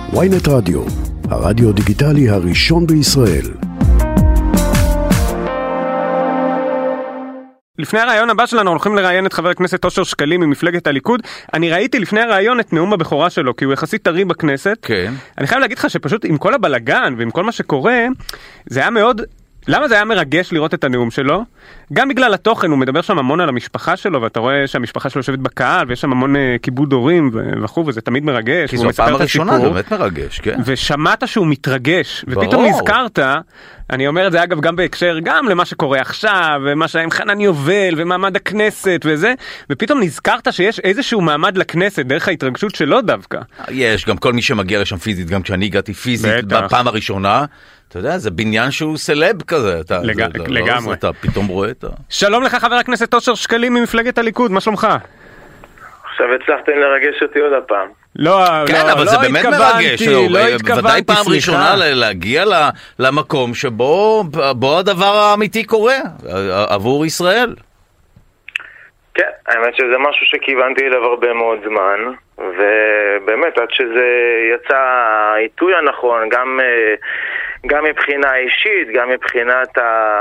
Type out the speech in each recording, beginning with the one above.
ynet רדיו, הרדיו דיגיטלי הראשון בישראל. לפני הרעיון הבא שלנו הולכים לראיין את חבר הכנסת אושר שקלים ממפלגת הליכוד. אני ראיתי לפני הרעיון את נאום הבכורה שלו, כי הוא יחסית טרי בכנסת. כן. אני חייב להגיד לך שפשוט עם כל הבלגן ועם כל מה שקורה, זה היה מאוד... למה זה היה מרגש לראות את הנאום שלו? גם בגלל התוכן, הוא מדבר שם המון על המשפחה שלו, ואתה רואה שהמשפחה שלו יושבת בקהל, ויש שם המון כיבוד הורים וכו', וזה תמיד מרגש. כי זו הפעם הראשונה, באמת מרגש, כן. ושמעת שהוא מתרגש, ופתאום נזכרת, אני אומר את זה אגב גם בהקשר, גם למה שקורה עכשיו, ומה שהיה עם חנן יובל, ומעמד הכנסת וזה, ופתאום נזכרת שיש איזשהו מעמד לכנסת, דרך ההתרגשות שלו דווקא. יש, גם כל מי שמגיע לשם פיזית, גם כשאני הגעתי פיזית בפעם הראשונה, אתה יודע, זה בניין שהוא סלב כזה. לגמרי. אתה פתאום רואה את ה... שלום לך חבר הכנסת אושר שקלים ממפלגת הליכוד, מה שלומך? עכשיו הצלחתם לרגש אותי עוד הפעם. כן, אבל זה באמת מרגש. ודאי פעם ראשונה להגיע למקום שבו הדבר האמיתי קורה עבור ישראל. כן, האמת שזה משהו שכיוונתי אליו הרבה מאוד זמן, ובאמת עד שזה יצא העיתוי הנכון, גם מבחינה אישית, גם מבחינת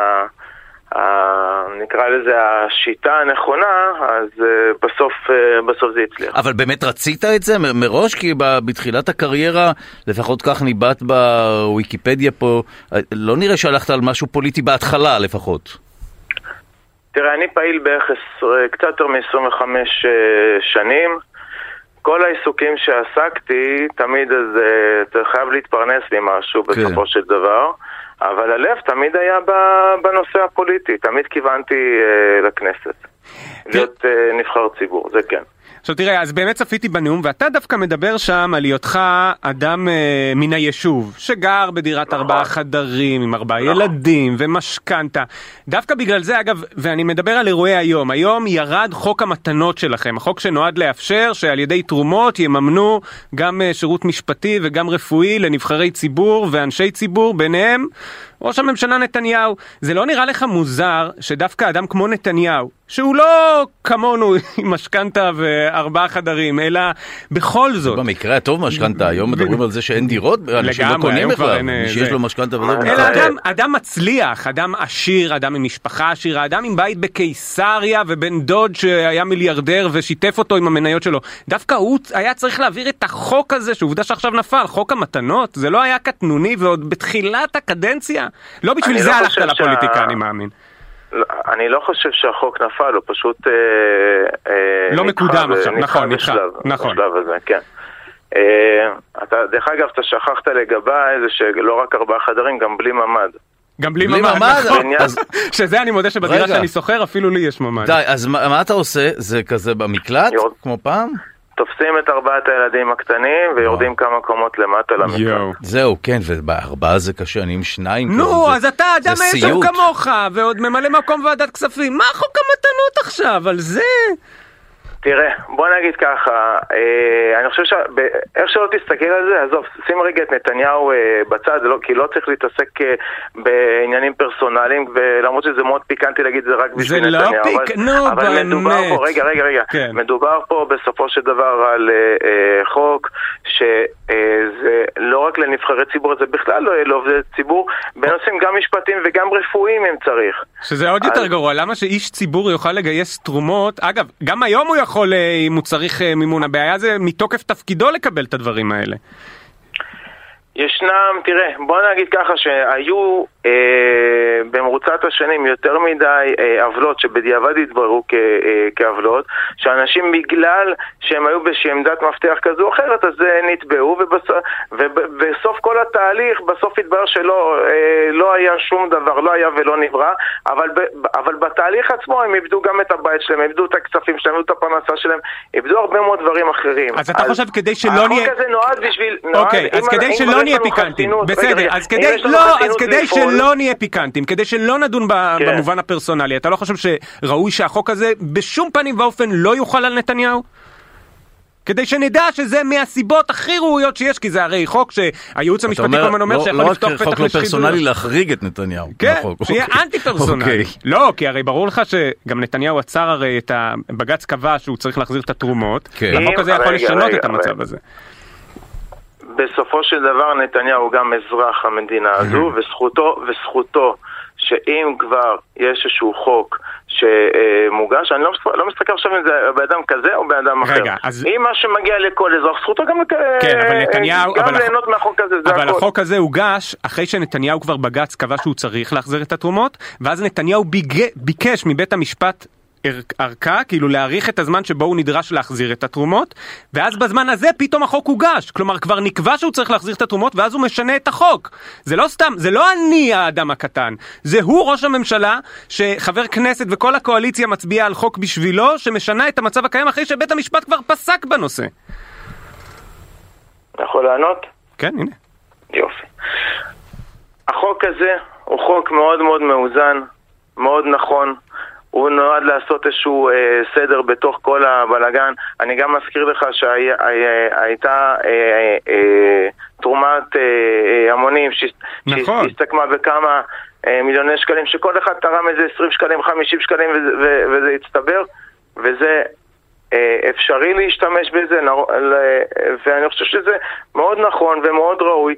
נקרא לזה השיטה הנכונה, אז בסוף זה הצליח. אבל באמת רצית את זה מראש? כי בתחילת הקריירה, לפחות כך ניבט בוויקיפדיה פה, לא נראה שהלכת על משהו פוליטי בהתחלה לפחות. תראה, אני פעיל בערך קצת יותר מ-25 שנים. כל העיסוקים שעסקתי, תמיד אז אתה חייב להתפרנס ממשהו בסופו של דבר, אבל הלב תמיד היה בנושא הפוליטי, תמיד כיוונתי לכנסת. להיות נבחר ציבור, זה כן. עכשיו תראה, אז באמת צפיתי בנאום, ואתה דווקא מדבר שם על היותך אדם מן היישוב, שגר בדירת 4 חדרים, עם 4 ילדים ומשכנתה. דווקא בגלל זה, אגב, ואני מדבר על אירועי היום, היום ירד חוק המתנות שלכם, החוק שנועד לאפשר שעל ידי תרומות יממנו גם שירות משפטי וגם רפואי לנבחרי ציבור ואנשי ציבור, ביניהם ראש הממשלה נתניהו. זה לא נראה לך מוזר שדווקא אדם כמו נתניהו, שהוא לא כמונו עם משכנתה ו4 חדרים, אלא בכל זאת... במקרה הטוב משכנתה, היום מדברים על זה שאין דירות, אנשים לא קונים בכלל, מי שיש לו משכנתה וזה... אלא אדם מצליח, אדם עשיר, אדם עם משפחה עשירה, אדם עם בית בקיסריה ובן דוד שהיה מיליארדר ושיתף אותו עם המניות שלו. דווקא הוא היה צריך להעביר את החוק הזה, שעובדה שעכשיו נפל, חוק המתנות, זה לא היה קטנוני ועוד בתחילת הקדנציה. לא בשביל זה הלכת לפוליטיקה, אני מאמין. אני לא חושב שהחוק נפל, הוא פשוט... לא מקודם עכשיו, נכון, נכון. בשלב הזה, כן. דרך אגב, אתה שכחת לגבי איזה שלא רק 4 חדרים, גם בלי ממד. גם בלי ממד, נכון. שזה אני מודה שבדירה שאני סוחר, אפילו לי יש ממד. די, אז מה אתה עושה? זה כזה במקלט, כמו פעם? תופסים את 4 הילדים הקטנים ויורדים כמה קומות למטה למקלט. זהו, כן, וב4 זה קשה, אני עם 2. נו, אז אתה אדם איזשהו כמוך, ועוד ממלא מקום ועדת כספים. מה חוק המתנות עכשיו? על זה... תראה, בוא נגיד ככה, אני חושב איך שלא תסתכל על זה, עזוב, שים רגע את נתניהו בצד, כי לא צריך להתעסק בעניינים פרסונליים, ולמרות שזה מאוד פיקנטי להגיד זה רק בשביל נתניהו, אבל מדובר פה, רגע, מדובר פה בסופו של דבר על חוק שזה לא רק לנבחרי ציבור, זה בכלל לא יהיה לעובדי ציבור, בנושאים גם משפטיים וגם רפואיים אם צריך. שזה עוד יותר גרוע, למה שאיש ציבור יוכל לגייס תרומות, אגב, גם היום הוא יכול, אם הוא צריך מימון, הבעיה זה מתוקף תפקידו לקבל את הדברים האלה. ישנם, תראה, בוא נגיד ככה שהיו במרוצת השנים יותר מדי עוולות שבדיעבד התבררו כעוולות, שאנשים בגלל שהם היו באיזושהי עמדת מפתח כזו או אחרת, אז נתבעו, ובסוף כל התהליך, בסוף התברר שלא היה שום דבר, לא היה ולא נברא, אבל בתהליך עצמו הם איבדו גם את הבית שלהם, איבדו את הכספים שלהם, איבדו את הפרנסה שלהם, איבדו הרבה מאוד דברים אחרים. אז אתה חושב כדי שלא נהיה... החוק הזה נועד בשביל... אוקיי, אז כדי שלא נהיה פיקנטים. בסדר, אז כדי שלא נהיה פיקנטים, כדי שלא נדון במובן הפרסונלי, אתה לא חושב שראוי שהחוק הזה בשום פנים ואופן לא יוכל על נתניהו? כדי שנדע שזה מהסיבות הכי ראויות שיש, כי זה הרי חוק שהייעוץ המשפטי כל הזמן אומר שיכול לפתוח פתח לשחיתות. לא רק חוק לא פרסונלי להחריג את נתניהו. כן, שיהיה אנטי פרסונלי. לא, כי הרי ברור לך שגם נתניהו עצר הרי את הבג"ץ קבע שהוא צריך להחזיר את התרומות, והחוק הזה יכול לשנות את המצב הזה. בסופו של דבר נתניהו גם אזרח המדינה הזו, וזכותו שאם כבר יש איזשהו חוק שמוגש, אני לא מסתכל עכשיו אם זה באדם כזה או באדם אחר. אם מה שמגיע לכל אזרח, זכותו גם ליהנות מהחוק הזה. אבל החוק הזה הוגש אחרי שנתניהו כבר בג"ץ קבע שהוא צריך להחזיר את התרומות, ואז נתניהו ביקש מבית המשפט ארכה, כאילו להאריך את הזמן שבו הוא נדרש להחזיר את התרומות, ואז בזמן הזה פתאום החוק הוגש. כלומר, כבר נקבע שהוא צריך להחזיר את התרומות, ואז הוא משנה את החוק. זה לא סתם, זה לא אני האדם הקטן. זה הוא ראש הממשלה, שחבר כנסת וכל הקואליציה מצביעה על חוק בשבילו, שמשנה את המצב הקיים אחרי שבית המשפט כבר פסק בנושא. יכול לענות? כן, הנה. יופי. החוק הזה הוא חוק מאוד מאוד מאוזן, מאוד נכון. הוא נועד לעשות איזשהו סדר בתוך כל הבלגן. אני גם מזכיר לך שהייתה תרומת המונים שהסתכמה בכמה מיליוני שקלים, שכל אחד תרם איזה 20 שקלים, 50 שקלים, וזה הצטבר, וזה אפשרי להשתמש בזה, ואני חושב שזה מאוד נכון ומאוד ראוי,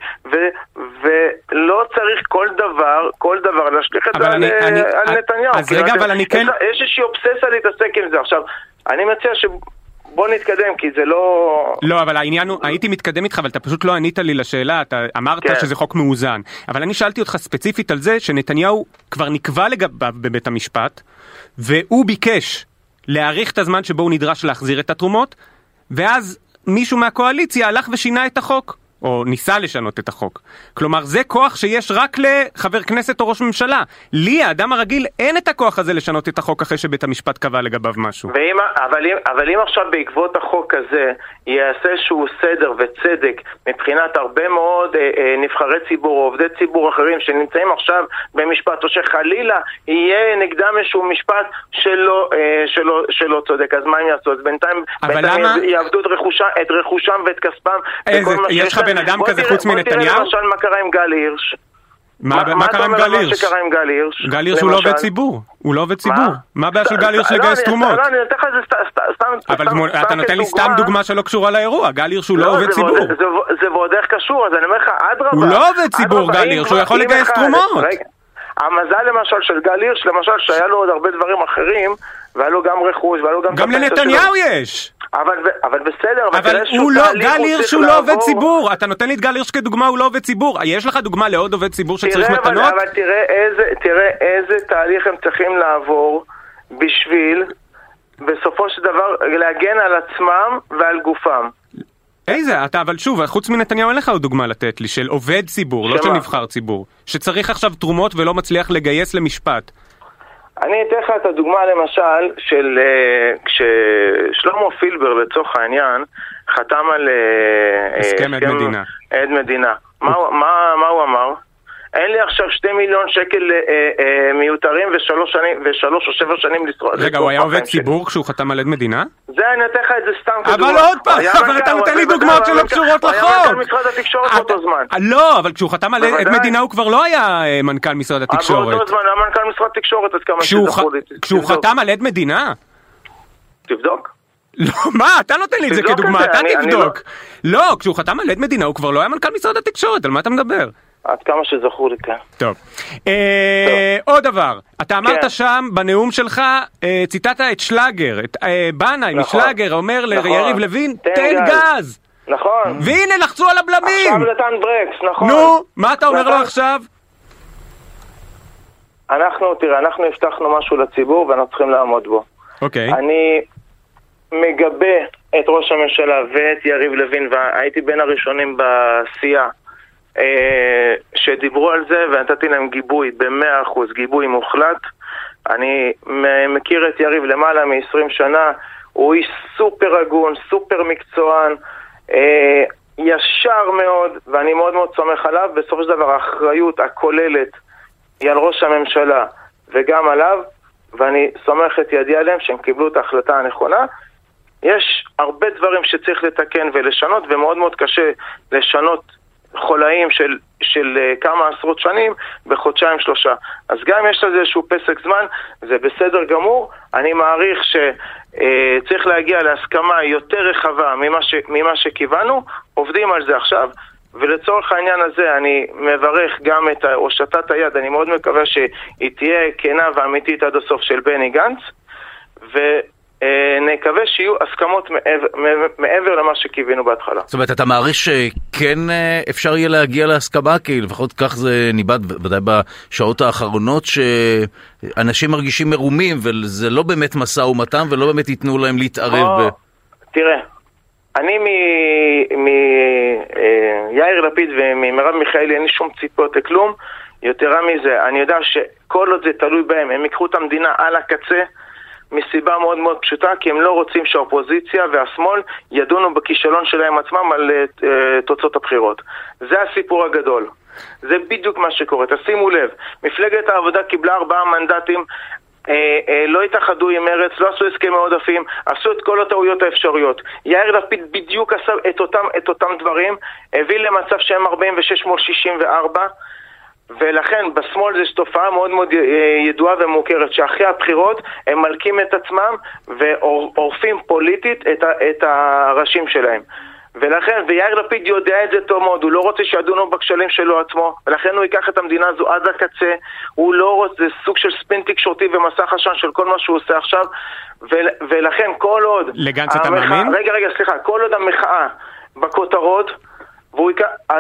ולא צריך כל דבר להשליך את זה על נתניהו. אז רגע, אבל אני כן... יש איזושהי אובססיה להתעסק עם זה. עכשיו, אני מציע בוא נתקדם, כי זה לא... לא, אבל העניין הוא, הייתי מתקדם איתך, אבל אתה פשוט לא ענית לי לשאלה, אתה אמרת שזה חוק מאוזן. אבל אני שאלתי אותך ספציפית על זה, שנתניהו כבר נקבע לגביו בבית המשפט, והוא ביקש להאריך את הזמן שבו הוא נדרש להחזיר את התרומות, ואז מישהו מהקואליציה הלך ושינה את החוק, או ניסה לשנות את החוק. כלומר, זה כוח שיש רק לחבר כנסת או ראש ממשלה. לי, האדם הרגיל, אין את הכוח הזה לשנות את החוק אחרי שבית המשפט קבע לגביו משהו. אבל אם עכשיו בעקבות החוק הזה יעשה שהוא סדר וצדק מבחינת הרבה מאוד נבחרי ציבור או עובדי ציבור אחרים שנמצאים עכשיו במשפט, או שחלילה יהיה נגדם איזשהו משפט שלא צודק, אז מה הם יעשו? אז בינתיים יעבדו את רכושם ואת כספם. יש לך בן אדם כזה חוץ מנתניהו? בוא תראה למשל מה קרה עם גל הירש. מה קרה עם גל הירש? גל הירש הוא לא עובד ציבור. הוא לא עובד ציבור. מה הבעיה של גל הירש לגייס תרומות? לא, אני נותן לך את זה סתם. אבל אתה נותן לי סתם דוגמה שלא קשורה לאירוע. גל הירש הוא לא עובד ציבור. זה ועוד איך קשור, אז אני אומר לך, אדרבה. הוא לא עובד ציבור, גל הירש, הוא יכול לגייס תרומות. המזל למשל של גל הירש, למשל שהיה לו עוד הרבה דברים אחרים, והיה לו גם רכוש, והיה לו גם לנתניהו יש. אבל בסדר, אבל הוא לא, גל הירש הוא לא עובד ציבור. אתה נותן לי את גל הירש כדוגמה, הוא לא עובד ציבור. יש לך דוגמה לעוד עובד ציבור שצריך מתנות? אבל תראה איזה תהליך הם צריכים לעבור בשביל בסופו של דבר להגן על עצמם ועל גופם. איזה? אבל שוב, חוץ מנתניהו אין לך עוד דוגמה לתת לי של עובד ציבור, לא של נבחר ציבור, שצריך עכשיו תרומות ולא מצליח לגייס למשפט. אני אתן לך את הדוגמה למשל של כששלמה פילבר לצורך העניין חתם על הסכם עד מדינה. עד מדינה. מה הוא אמר? אין לי עכשיו 2 מיליון שקל מיותרים ושלוש או 7 שנים לשרוד. רגע, הוא היה עובד ציבור כשהוא חתם על עד מדינה? זה אני נתן לך את זה סתם כדוגמה. אבל עוד פעם, אבל אתה נותן לי דוגמאות שלא קשורות לחוק. הוא היה מנכ"ל משרד התקשורת באותו זמן. לא, אבל כשהוא חתם על עד מדינה הוא כבר לא היה מנכ"ל משרד התקשורת. באותו זמן היה מנכ"ל משרד התקשורת, אז כמה שזכור לי. כשהוא חתם על עד מדינה? תבדוק. לא, מה? אתה נותן לי את זה כדוגמה, אתה תבדוק. לא, כשהוא חתם על עד מדינה הוא כבר לא היה מנכ"ל משרד התקשורת, על מה אתה מדבר? עד כמה שזכור לי כאן. טוב. עוד דבר, אתה אמרת שם בנאום שלך, ציטטת את שלאגר, את בנאי משלאגר, אומר ליריב לוין, תן גז. נכון. והנה לחצו על הבלמים. עכשיו נתן ברקס, נכון. נו, מה אתה אומר לו עכשיו? אנחנו הבטחנו משהו לציבור ואנחנו צריכים לעמוד בו. אוקיי. אני מגבה את ראש הממשלה ואת יריב לוין, והייתי בין הראשונים בסיעה שדיברו על זה, ונתתי להם גיבוי ב100%, גיבוי מוחלט. אני מכיר את יריב למעלה מ-20 שנה, הוא איש סופר הגון, סופר מקצוען, ישר מאוד, ואני מאוד מאוד סומך עליו. בסופו של דבר האחריות הכוללת היא על ראש הממשלה וגם עליו, ואני סומך את ידי עליהם שהם קיבלו את ההחלטה הנכונה. יש הרבה דברים שצריך לתקן ולשנות, ומאוד מאוד קשה לשנות חולאים של כמה עשרות שנים בחודשיים 3. אז גם יש לזה איזשהו פסק זמן, זה בסדר גמור. אני מעריך שצריך להגיע להסכמה יותר רחבה ממה שכיוונו, עובדים על זה עכשיו, ולצורך העניין הזה אני מברך גם את הושטת היד, אני מאוד מקווה שהיא תהיה כנה ואמיתית עד הסוף של בני גנץ, ונקווה שיהיו הסכמות מעבר למה שקיווינו בהתחלה. זאת אומרת, אתה מעריך שכן אפשר יהיה להגיע להסכמה, כי לפחות כך זה ניבד, ודאי בשעות האחרונות, שאנשים מרגישים מרומים, וזה לא באמת משא ומתן, ולא באמת ייתנו להם להתערב תראה, אני מיאיר לפיד וממרב מיכאלי אין לי שום ציפות לכלום. יתרה מזה, אני יודע שכל עוד זה תלוי בהם, הם יקחו את המדינה על הקצה מסיבה מאוד מאוד פשוטה, כי הם לא רוצים שהאופוזיציה והשמאל ידונו בכישלון שלהם עצמם על תוצאות הבחירות. זה הסיפור הגדול. זה בדיוק מה שקורה. תשימו לב, מפלגת העבודה קיבלה 4 מנדטים, לא התאחדו עם מרץ, לא עשו הסכמי עודפים, עשו את כל הטעויות האפשריות. יאיר לפיד בדיוק עשה את אותם דברים, הביא למצב שהם 46 מול 64, ולכן בשמאל זו תופעה מאוד מאוד ידועה ומוכרת, שאחרי הבחירות הם מלקים את עצמם ועורפים פוליטית את הראשים שלהם. ולכן, ויאיר לפיד יודע את זה טוב מאוד, הוא לא רוצה שידונו בכשלים שלו עצמו, ולכן הוא ייקח את המדינה הזו עד הקצה, הוא לא רוצה, זה סוג של ספין תקשורתי ומסך עשן של כל מה שהוא עושה עכשיו, ולכן כל עוד... לגנץ אתה מאמין? רגע, סליחה, כל עוד המחאה בכותרות, אז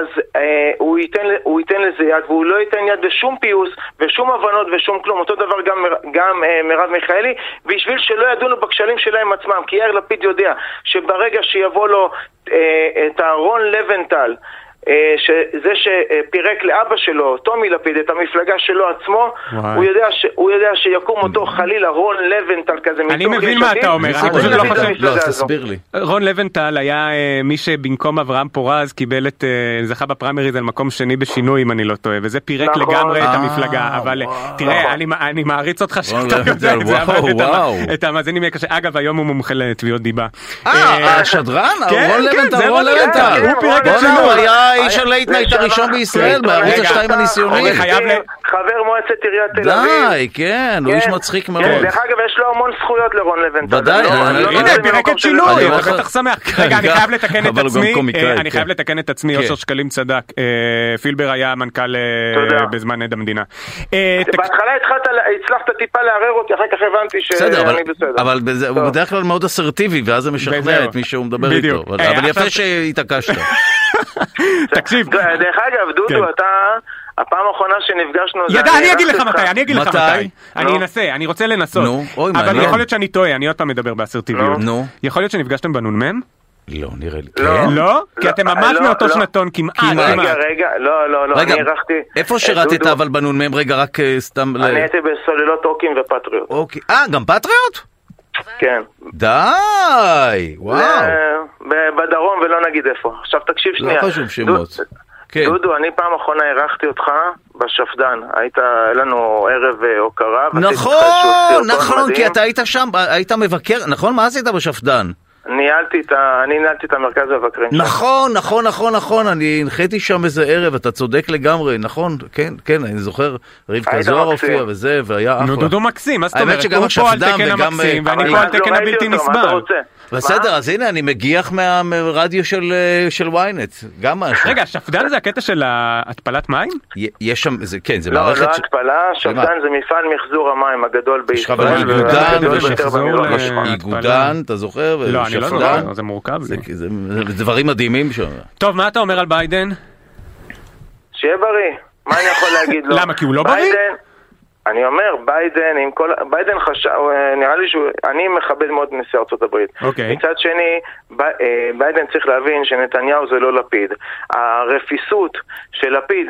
הוא ייתן לזה יד, והוא לא ייתן יד בשום פיוס ושום הבנות ושום כלום. אותו דבר גם מרב מיכאלי, בשביל שלא ידונו בכשלים שלהם עצמם, כי יאיר לפיד יודע שברגע שיבוא לו את רון לבנטל, שזה שפירק לאבא שלו, תומי לפיד, את המפלגה שלו עצמו, הוא יודע שיקום אותו חלילה רון לבנטל כזה. אני מבין מה אתה אומר, אני פשוט לא חושב. לא, תסביר לי. רון לבנטל היה מי שבמקום אברהם פורז קיבל את, זכה בפריימריז על מקום שני בשינוי, אם אני לא טועה, וזה פירק לגמרי את המפלגה. אבל תראה, אני מעריץ אותך שאתה יודע את זה, את המאזינים יהיה קשה. אגב, היום הוא מומחה לתביעות דיבה. השדרן? רון לבנטל. הוא פירק את שינוי. האיש הלייט נייט הראשון בישראל, בערוץ 2 הניסיוני. חבר מועצת עיריית תל אביב. די, כן, הוא איש מצחיק מאוד. דרך אגב, יש לו המון זכויות לרון לבנטל. ודאי. הנה, פירק את שינוי, אתה בטח שמח. רגע, אני חייב לתקן את עצמי. אני חייב לתקן את עצמי, אושר שקלים צדק. פילבר היה מנכ"ל בזמן עד המדינה. בהתחלה הצלחת טיפה לערער אותי, אחר כך הבנתי שאני בסדר. אבל הוא בדרך כלל מאוד אסרטיבי, ואז זה משכנע את מי שהוא מדבר איתו. אבל יפה שהתעקשת. תקשיב. דרך אגב, דודו, אתה, הפעם האחרונה שנפגשנו... אני אגיד לך מתי. אני אנסה, אני רוצה לנסות. אבל יכול להיות שאני טועה, אני עוד פעם מדבר באסרטיביות. יכול להיות שנפגשתם בנ"מ? לא, נראה לי. לא? כי אתם ממש מאותו שנתון כמעט. רגע, לא, אני ערכתי... איפה שירתת אבל בנ"מ? רגע, רק סתם... אני הייתי בסוללות אוקים ופטריוט. גם פטריוט? כן. די, וואו. בדרום ולא נגיד איפה. עכשיו תקשיב שנייה. לא חשוב שמות. דודו, אני פעם אחרונה ערכתי אותך בשפדן. היית לנו ערב הוקרה. נכון, כי אתה היית שם, היית מבקר, נכון? מה עשית בשפדן? אני ניהלתי את המרכז המבקרים. נכון, אני הנחיתי שם איזה ערב, אתה צודק לגמרי, נכון, כן, אני זוכר, רבקה זוהר הופיע וזה, והיה אחלה. דודו מקסים, מה זאת אומרת? הוא פה על תקן המקסים, ואני פה על תקן הבלתי נסבל. בסדר, אז הנה, אני מגיח מהרדיו של וויינט, גם משהו. רגע, שפדן זה הקטע של התפלת מים? יש שם, כן, זה מערכת... לא התפלה, שפדן זה מפעל מחזור המים הגדול בישראל. איגודן, אתה זוכר? לא, אני לא זוכר, זה מורכב. זה דברים מדהימים שם. טוב, מה אתה אומר על ביידן? שיהיה בריא, מה אני יכול להגיד לו? למה, כי הוא לא בריא? אני אומר, ביידן חשב, נראה לי אני מכבד מאוד נשיא ארצות הברית. מצד שני, ביידן צריך להבין שנתניהו זה לא לפיד. הרפיסות של לפיד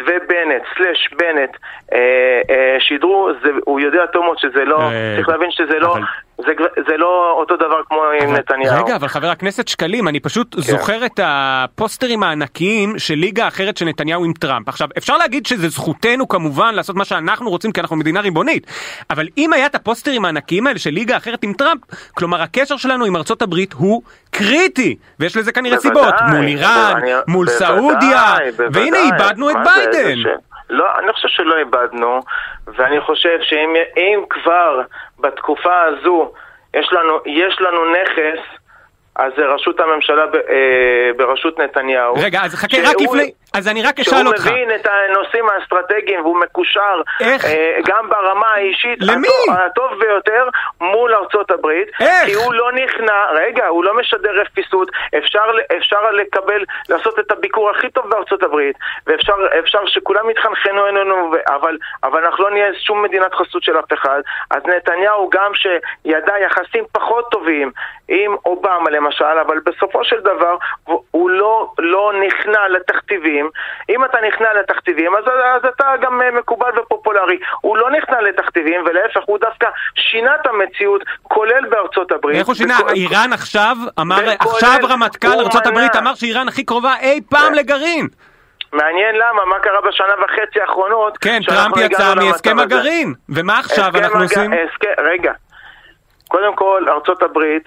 ובנט/בנט שידרו, הוא יודע טוב מאוד שזה לא, צריך להבין שזה לא, זה לא אותו דבר כמו עם נתניהו. רגע, אבל חבר הכנסת שקלים, אני פשוט זוכר את הפוסטרים הענקיים של ליגה אחרת של נתניהו עם טראמפ. עכשיו, אפשר להגיד שזה זכותנו כמובן לעשות מה שאנחנו רוצים, כי אנחנו מדינה ריבונית, אבל אם היה את הפוסטרים הענקיים האלה של ליגה אחרת עם טראמפ, כלומר הקשר שלנו עם ארצות הברית הוא קריטי, ויש לזה כנראה סיבות, מול איראן, מול סעודיה, והנה איבדנו את ביידן. לא, אני חושב שלא איבדנו, ואני חושב שאם כבר בתקופה הזו יש לנו נכס, אז זה ראשות הממשלה בראשות נתניהו. רגע, אז חכה, רק לפני, אז אני רק אשאל אותך. שהוא מבין את הנושאים האסטרטגיים, והוא מקושר גם ברמה האישית הטוב ביותר מול ארצות הברית. כי הוא לא נכנע, רגע, הוא לא משדר רפיסות, אפשר לעשות את הביקור הכי טוב בארצות הברית, ואפשר שכולם יתחנחנו אלינו, אבל אנחנו לא נהיה שום מדינת חסות של אף אחד. אז נתניהו גם שידע יחסים פחות טובים עם אובמה למשל, אבל בסופו של דבר הוא לא נכנע לתכתיבים. אם אתה נכנע לתכתיבים, אז אתה גם מקובל ופופולרי. הוא לא נכנע לתכתיבים, ולהפך, הוא דווקא שינה את המציאות, כולל בארצות הברית. איך הוא שינה? איראן עכשיו רמטכ"ל ארצות הברית אמר שאיראן הכי קרובה אי פעם לגרעין. מעניין למה, מה קרה בשנה וחצי האחרונות? כן, טראמפ יצא מהסכם הגרעין. ומה עכשיו אנחנו עושים? רגע, קודם כל, ארצות הברית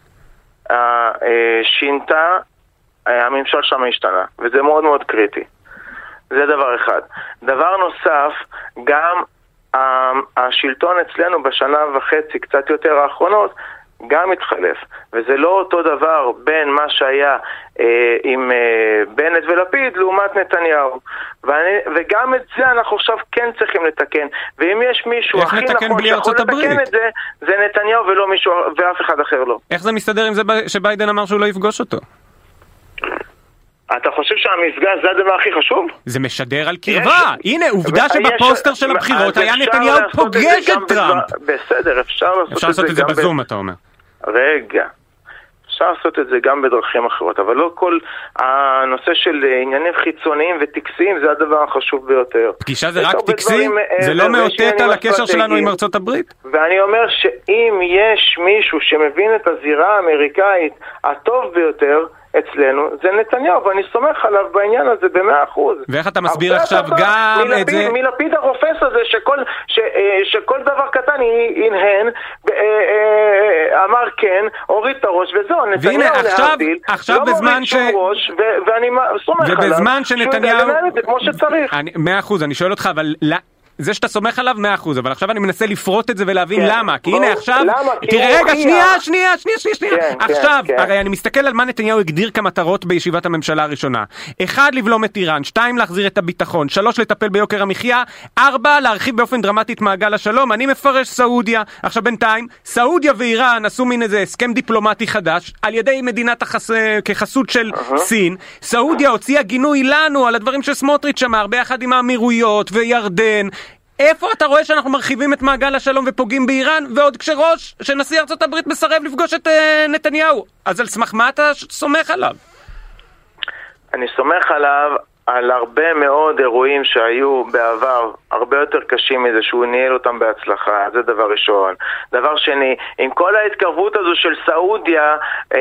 שינתה, הממשל שם השתנה, וזה מאוד מאוד קריטי. זה דבר אחד. דבר נוסף, גם השלטון אצלנו בשנה וחצי, קצת יותר האחרונות, גם התחלף. וזה לא אותו דבר בין מה שהיה עם בנט ולפיד לעומת נתניהו. וגם את זה אנחנו עכשיו כן צריכים לתקן. ואם יש מישהו הכי נכון שיכול לתקן את זה, זה נתניהו ולא מישהו ואף אחד אחר לא. איך זה מסתדר עם זה שביידן אמר שהוא לא יפגוש אותו? אתה חושב שהמפגש זה הדבר הכי חשוב? זה משדר על קרבה. הנה, עובדה שבפוסטר של הבחירות היה נתניהו פוגש את טראמפ. בסדר, אפשר לעשות את זה בזום, אתה אומר. רגע, אפשר לעשות את זה גם בדרכים אחרות, אבל לא כל הנושא של עניינים חיצוניים וטקסיים זה הדבר החשוב ביותר. פגישה זה רק טקסי? זה לא מאותת על הקשר שלנו עם ארצות הברית? ואני אומר שאם יש מישהו שמבין את הזירה האמריקאית הטוב ביותר אצלנו, זה נתניהו, ואני סומך עליו בעניין הזה ב100%. ואיך אתה מסביר עכשיו גם את זה? מלפיד הרופס הזה, שכל דבר קטן ינהן, אמר כן, הוריד את הראש, וזהו, נתניהו להבדיל, עכשיו בזמן ואני סומך עליו, ובזמן שנתניהו, כמו שצריך. 100%, אני שואל אותך, אבל זה שאתה סומך עליו 100%, אבל עכשיו אני מנסה לפרוט את זה ולהבין למה, כי הנה עכשיו, תראה רגע, שנייה, עכשיו, הרי אני מסתכל על מה נתניהו הגדיר כמטרות בישיבת הממשלה הראשונה. 1, לבלום את איראן, 2, להחזיר את הביטחון, 3, לטפל ביוקר המחיה, 4, להרחיב באופן דרמטי את מעגל השלום. אני מפרש סעודיה, עכשיו בינתיים, סעודיה ואיראן עשו מין איזה הסכם דיפלומטי חדש, על ידי מדינת כחסות של סין. סעודיה הוציאה גינוי לנו על הדברים שסמוטריץ' אמר, ביחד עם האמירויות וירדן. איפה אתה רואה שאנחנו מרחיבים את מעגל השלום ופוגעים באיראן, ועוד שנשיא ארצות הברית מסרב לפגוש את נתניהו? אז על סמך מה אתה סומך עליו? אני סומך עליו על הרבה מאוד אירועים שהיו בעבר, הרבה יותר קשים מזה, שהוא ניהל אותם בהצלחה, זה דבר ראשון. דבר שני, עם כל ההתקרבות הזו של סעודיה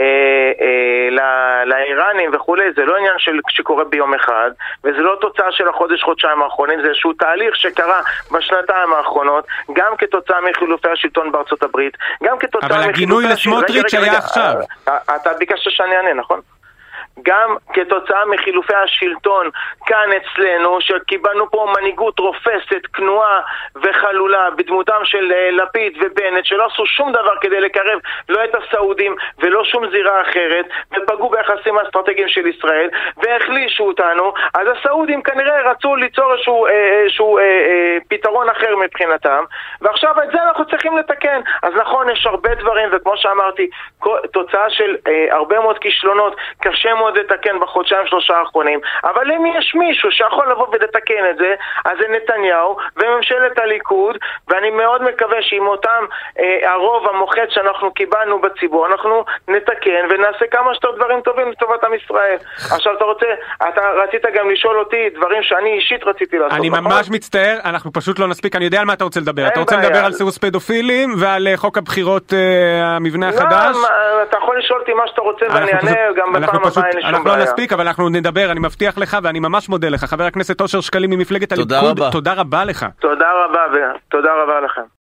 לאיראנים וכו', זה לא עניין שקורה ביום אחד, וזה לא תוצאה של החודש-חודשיים האחרונים, זה איזשהו תהליך שקרה בשנתיים האחרונות, גם כתוצאה מחילופי השלטון בארצות הברית, גם כתוצאה אבל הגינוי לסמוטריץ' היה עכשיו. אתה ביקשת שאני אענה, נכון? גם כתוצאה מחילופי השלטון כאן אצלנו, שקיבלנו פה מנהיגות רופסת, כנועה וחלולה בדמותם של לפיד ובנט, שלא עשו שום דבר כדי לקרב לא את הסעודים ולא שום זירה אחרת, ופגעו ביחסים האסטרטגיים של ישראל והחלישו אותנו. אז הסעודים כנראה רצו ליצור איזשהו פתרון אחר מבחינתם, ועכשיו את זה אנחנו צריכים לתקן. אז נכון, יש הרבה דברים, וכמו שאמרתי, תוצאה של הרבה מאוד כישלונות, קשה מאוד לתקן בחודשיים שלושה האחרונים, אבל אם יש מישהו שיכול לבוא ולתקן את זה, אז זה נתניהו וממשלת הליכוד, ואני מאוד מקווה שעם אותם הרוב המוחץ שאנחנו קיבלנו בציבור, אנחנו נתקן ונעשה כמה שיותר דברים טובים לטובת עם ישראל. עכשיו אתה רוצה, אתה רצית גם לשאול אותי דברים שאני אישית רציתי לעשות. אני ממש מצטער, אנחנו פשוט לא נספיק, אני יודע על מה אתה רוצה לדבר. אתה רוצה לדבר על סירוס פדופילים ועל חוק הבחירות, המבנה החדש? אתה יכול לשאול אותי מה שאתה רוצה ואני אענה גם בפעם הבאה, אין לי שום בעיה. אנחנו לא נספיק, אבל אנחנו נדבר, אני מבטיח לך ואני ממש מודה לך. חבר הכנסת אושר שקלים ממפלגת הליכוד, תודה רבה לך. תודה רבה לכם.